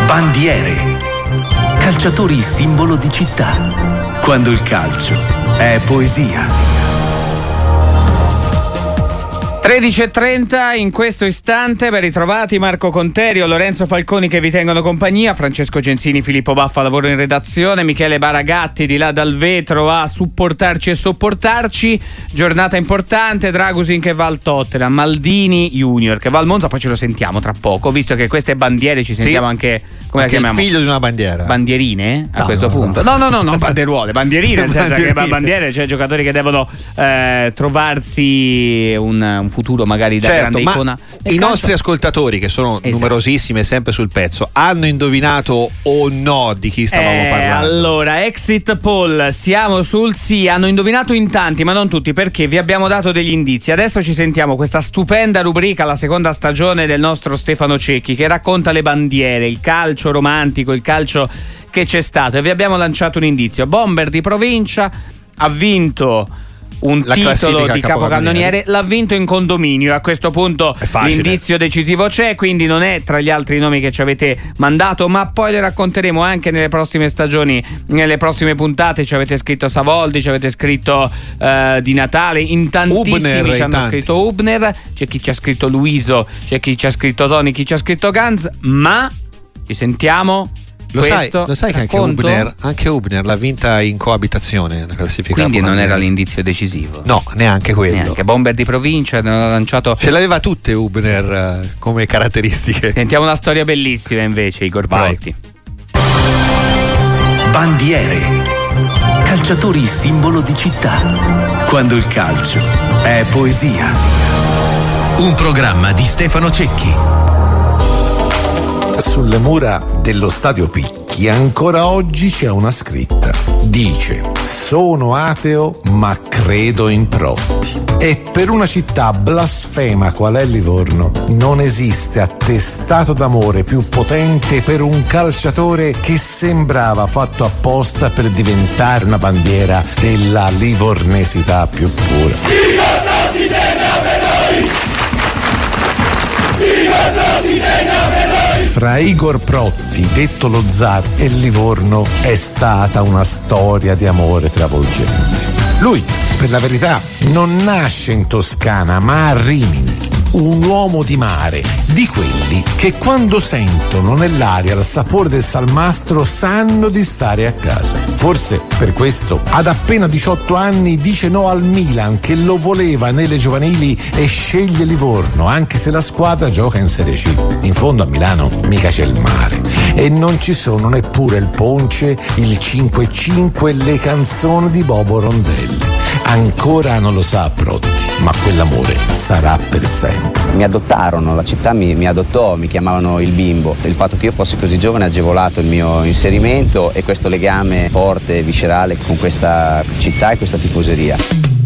Bandiere. Calciatori simbolo di città. Quando il calcio è poesia. 13:30 in questo istante, ben ritrovati Marco Conterio, Lorenzo Falconi che vi tengono compagnia, Francesco Gensini, Filippo Baffa lavoro in redazione, Michele Baragatti di là dal vetro a supportarci e sopportarci. Giornata importante, Dragusin che va al Tottenham, Maldini Junior che va al Monza, poi ce lo sentiamo tra poco, visto che queste bandiere ci sentiamo anche, come la chiamiamo? Il figlio di una bandiera. Bandierine a questo punto? No, bandieruole, bandierine, nel senso che bandiere, cioè giocatori che devono trovarsi un futuro magari da grande icona. I nostri ascoltatori, che sono numerosissimi e sempre sul pezzo, hanno indovinato o no di chi stavamo parlando? Allora, exit poll, siamo sul sì, hanno indovinato in tanti ma non tutti, perché vi abbiamo dato degli indizi. Adesso ci sentiamo questa stupenda rubrica, la seconda stagione del nostro Stefano Cecchi, che racconta le bandiere, il calcio romantico, il calcio che c'è stato, e vi abbiamo lanciato un indizio. Bomber di provincia ha vinto un titolo di capocannoniere, l'ha vinto in condominio. A questo punto l'indizio decisivo c'è, quindi non è tra gli altri nomi che ci avete mandato, ma poi le racconteremo anche nelle prossime stagioni, nelle prossime puntate. Ci avete scritto Savoldi, ci avete scritto Di Natale, in tantissimi Hubner, ci hanno scritto Hubner, c'è chi ci ha scritto Luiso, c'è chi ci ha scritto Toni, chi ci ha scritto Ganz, ma ci sentiamo. Lo sai che anche Hubner l'ha vinta in coabitazione la classifica. Quindi non era l'indizio decisivo. No, neanche quello. Neanche Bomber di provincia hanno lanciato. Ce l'aveva tutte Hubner come caratteristiche. Sentiamo una storia bellissima invece, Igor Protti. Bandiere. Calciatori simbolo di città. Quando il calcio è poesia. Un programma di Stefano Cecchi. Sulle mura dello stadio Picchi ancora oggi c'è una scritta. Dice: sono ateo ma credo in Protti. E per una città blasfema qual è Livorno non esiste attestato d'amore più potente per un calciatore che sembrava fatto apposta per diventare una bandiera della livornesità più pura. Viva Protti, segna per noi! Viva Protti, segna per noi! Fra Igor Protti, detto lo zar, e Livorno è stata una storia di amore travolgente. Lui, per la verità, non nasce in Toscana, ma a Rimini. Un uomo di mare, di quelli che quando sentono nell'aria il sapore del salmastro sanno di stare a casa. Forse per questo, ad appena 18 anni, dice no al Milan, che lo voleva nelle giovanili, e sceglie Livorno, anche se la squadra gioca in Serie C. In fondo a Milano mica c'è il mare e non ci sono neppure il ponce, il 5-5 e le canzoni di Bobo Rondelli. Ancora non lo sa Protti, ma quell'amore sarà per sempre. Mi adottarono, la città mi adottò, mi chiamavano il bimbo. Il fatto che io fossi così giovane ha agevolato il mio inserimento e questo legame forte e viscerale con questa città e questa tifoseria.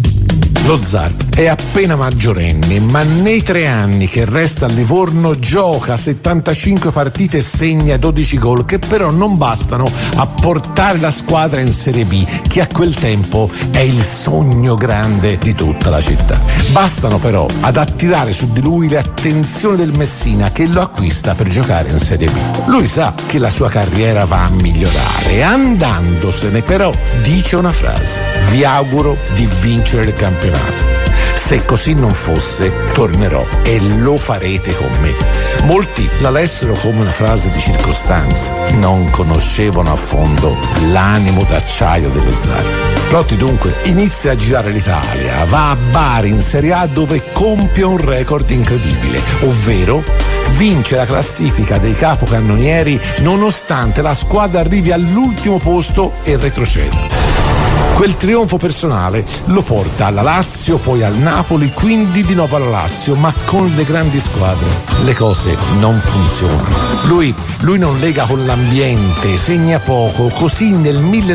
Lo zar è appena maggiorenne, ma nei 3 anni che resta a Livorno gioca 75 partite e segna 12 gol, che però non bastano a portare la squadra in Serie B, che a quel tempo è il sogno grande di tutta la città. Bastano però ad attirare su di lui l'attenzione del Messina, che lo acquista per giocare in Serie B. Lui sa che la sua carriera va a migliorare e andandosene però dice una frase: vi auguro di vincere il campionato. Se così non fosse, tornerò e lo farete con me. Molti la lessero come una frase di circostanza, non conoscevano a fondo l'animo d'acciaio dello zar. Protti dunque inizia a girare l'Italia, va a Bari in Serie A, dove compie un record incredibile, ovvero vince la classifica dei capocannonieri nonostante la squadra arrivi all'ultimo posto e retroceda. Quel trionfo personale lo porta alla Lazio, poi al Napoli, quindi di nuovo alla Lazio, ma con le grandi squadre le cose non funzionano. Lui non lega con l'ambiente, segna poco, così nel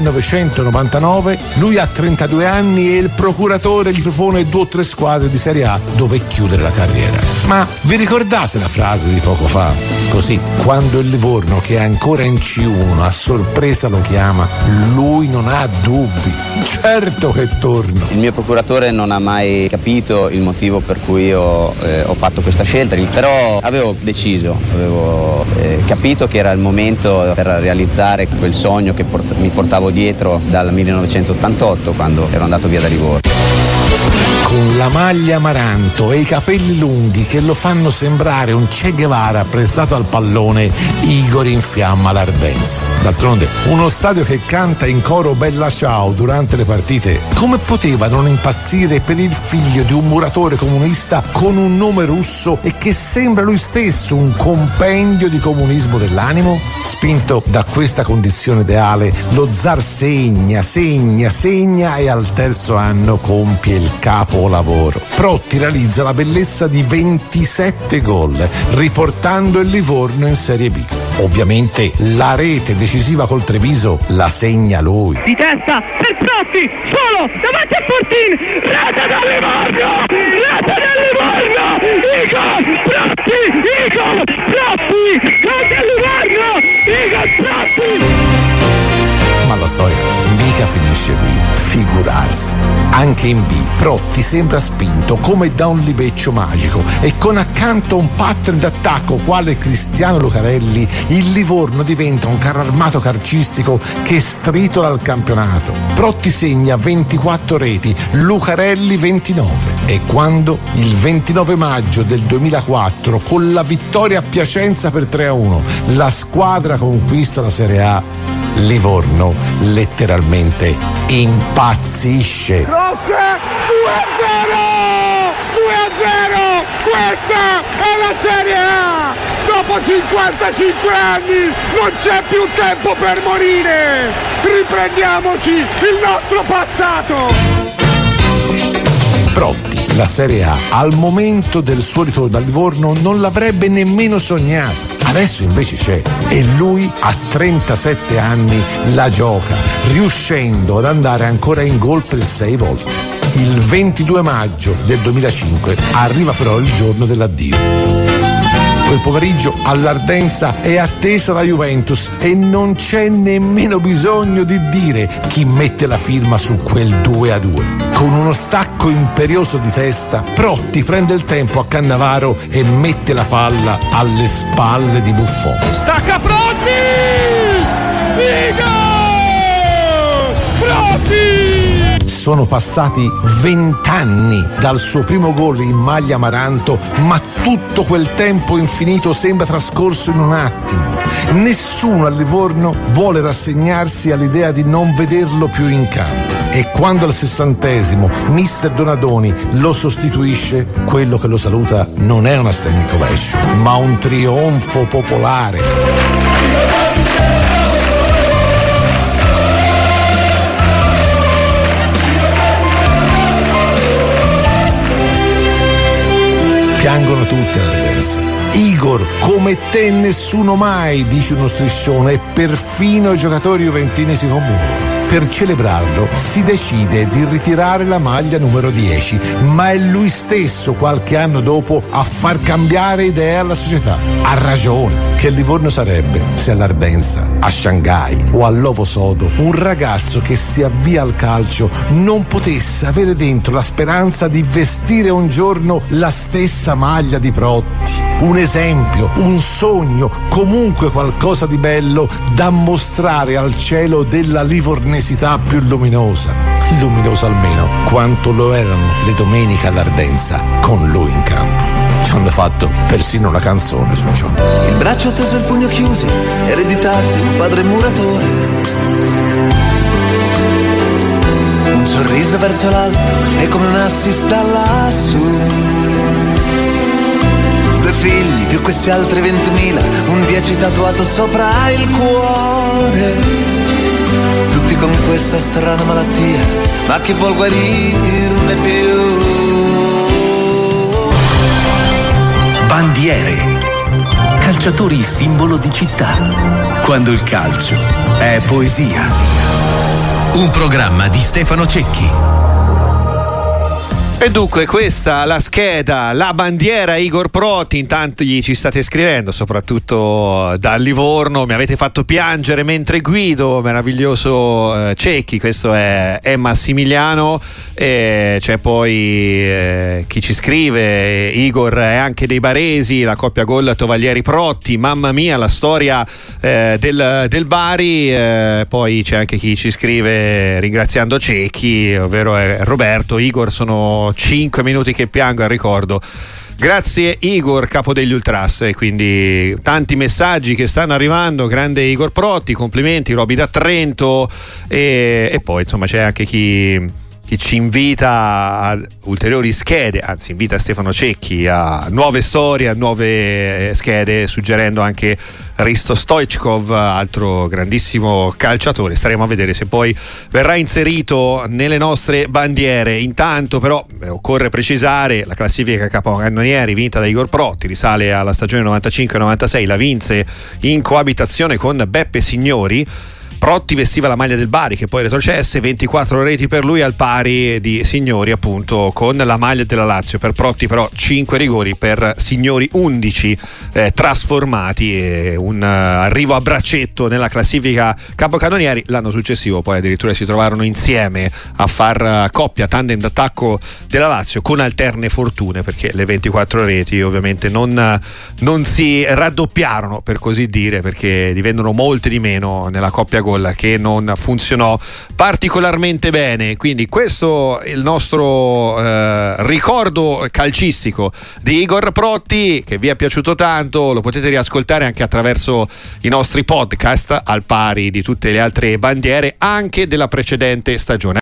1999 lui ha 32 anni e il procuratore gli propone 2 o 3 squadre di Serie A dove chiudere la carriera. Ma vi ricordate la frase di poco fa? Così, quando il Livorno, che è ancora in C1, a sorpresa lo chiama, lui non ha dubbi. Certo che torno. Il mio procuratore non ha mai capito il motivo per cui ho fatto questa scelta, però avevo deciso, avevo capito che era il momento per realizzare quel sogno che mi portavo dietro dal 1988, quando ero andato via da Livorno. Con la maglia amaranto e i capelli lunghi che lo fanno sembrare un Che Guevara prestato al pallone, Igor infiamma l'Ardenza. D'altronde, uno stadio che canta in coro Bella Ciao durante le partite, come poteva non impazzire per il figlio di un muratore comunista con un nome russo e che sembra lui stesso un compendio di comunismo dell'animo? Spinto da questa condizione ideale, lo zar segna e al terzo anno compie il capolavoro. Protti realizza la bellezza di 27 gol, riportando il Livorno in Serie B. Ovviamente la rete decisiva col Treviso la segna lui. Di testa per Protti, solo davanti a Fortin, rete del Livorno, Igor Protti, rete del Livorno, Igor Protti. Ma la storia mica finisce qui, figurarsi. Anche in B, Protti sembra spinto come da un libeccio magico e con accanto un pattern d'attacco quale Cristiano Lucarelli, il Livorno diventa un carro armato calcistico che stritola il campionato. Protti segna 24 reti, Lucarelli 29 e quando il 29 maggio del 2004 con la vittoria a Piacenza per 3-1 la squadra conquista la Serie A, Livorno letteralmente impazzisce. Rosse 2-0, questa è la Serie A. Dopo 55 anni non c'è più tempo per morire. Riprendiamoci il nostro passato. Protti, la Serie A, al momento del suo ritorno a Livorno non l'avrebbe nemmeno sognato. Adesso invece c'è e lui a 37 anni la gioca, riuscendo ad andare ancora in gol per 6 volte. Il 22 maggio del 2005 arriva però il giorno dell'addio. Quel pomeriggio all'Ardenza è attesa la Juventus e non c'è nemmeno bisogno di dire chi mette la firma su quel 2-2. Con uno stacco imperioso di testa, Protti prende il tempo a Cannavaro e mette la palla alle spalle di Buffon. Stacca Protti! Igor Protti! Sono passati 20 anni dal suo primo gol in maglia amaranto, ma tutto quel tempo infinito sembra trascorso in un attimo. Nessuno a Livorno vuole rassegnarsi all'idea di non vederlo più in campo. E quando al 60° mister Donadoni lo sostituisce, quello che lo saluta non è una standing ovation, ma un trionfo popolare. Piangono tutti all'Ardenza. Igor, come te nessuno mai, dice uno striscione, e perfino i giocatori juventini si commuovono. Per celebrarlo si decide di ritirare la maglia numero 10, ma è lui stesso qualche anno dopo a far cambiare idea alla società. Ha ragione. Che Livorno sarebbe se all'Ardenza, a Shanghai o all'Ovo Sodo un ragazzo che si avvia al calcio non potesse avere dentro la speranza di vestire un giorno la stessa maglia di Protti? Un esempio, un sogno, comunque qualcosa di bello da mostrare al cielo della livornesità più luminosa almeno quanto lo erano le domeniche all'Ardenza con lui in campo. Ci hanno fatto persino una canzone su ciò. Il braccio teso e il pugno chiusi, eredità di un padre muratore. Un sorriso verso l'alto è come un assist da lassù. 2 figli più questi altri 20.000, un 10 tatuato sopra il cuore. Tutti con questa strana malattia, ma chi vuol guarirne più? Bandiere. Calciatori simbolo di città. Quando il calcio è poesia. Un programma di Stefano Cecchi. E dunque questa la scheda, la bandiera Igor Protti. Intanto gli ci state scrivendo, soprattutto da Livorno: mi avete fatto piangere mentre guido, meraviglioso Cecchi. Questo è Massimiliano. E c'è poi chi ci scrive: Igor è anche dei baresi, la coppia gol Tovaglieri Protti, mamma mia la storia del Bari. Poi c'è anche chi ci scrive ringraziando Cecchi, ovvero Roberto: Igor, sono 5 minuti che piango al ricordo. Grazie Igor, capo degli Ultras. E quindi tanti messaggi che stanno arrivando. Grande Igor Protti, complimenti. Roby da Trento. E poi insomma c'è anche chi ci invita a ulteriori schede, anzi invita Stefano Cecchi a nuove storie, a nuove schede, suggerendo anche Risto Stoichkov, altro grandissimo calciatore. Staremo a vedere se poi verrà inserito nelle nostre bandiere. Intanto però occorre precisare la classifica capocannonieri vinta da Igor Protti, risale alla stagione 95-96, la vinse in coabitazione con Beppe Signori. Protti vestiva la maglia del Bari, che poi retrocesse, 24 reti per lui al pari di Signori appunto con la maglia della Lazio. Per Protti però 5 rigori, per Signori 11 trasformati, e un arrivo a braccetto nella classifica capocannonieri. L'anno successivo poi addirittura si trovarono insieme a far coppia, tandem d'attacco della Lazio, con alterne fortune, perché le 24 reti ovviamente non si raddoppiarono, per così dire, perché divennero molte di meno nella coppia gol, che non funzionò particolarmente bene. Quindi questo è il nostro ricordo calcistico di Igor Protti, che vi è piaciuto tanto. Lo potete riascoltare anche attraverso i nostri podcast, al pari di tutte le altre bandiere anche della precedente stagione.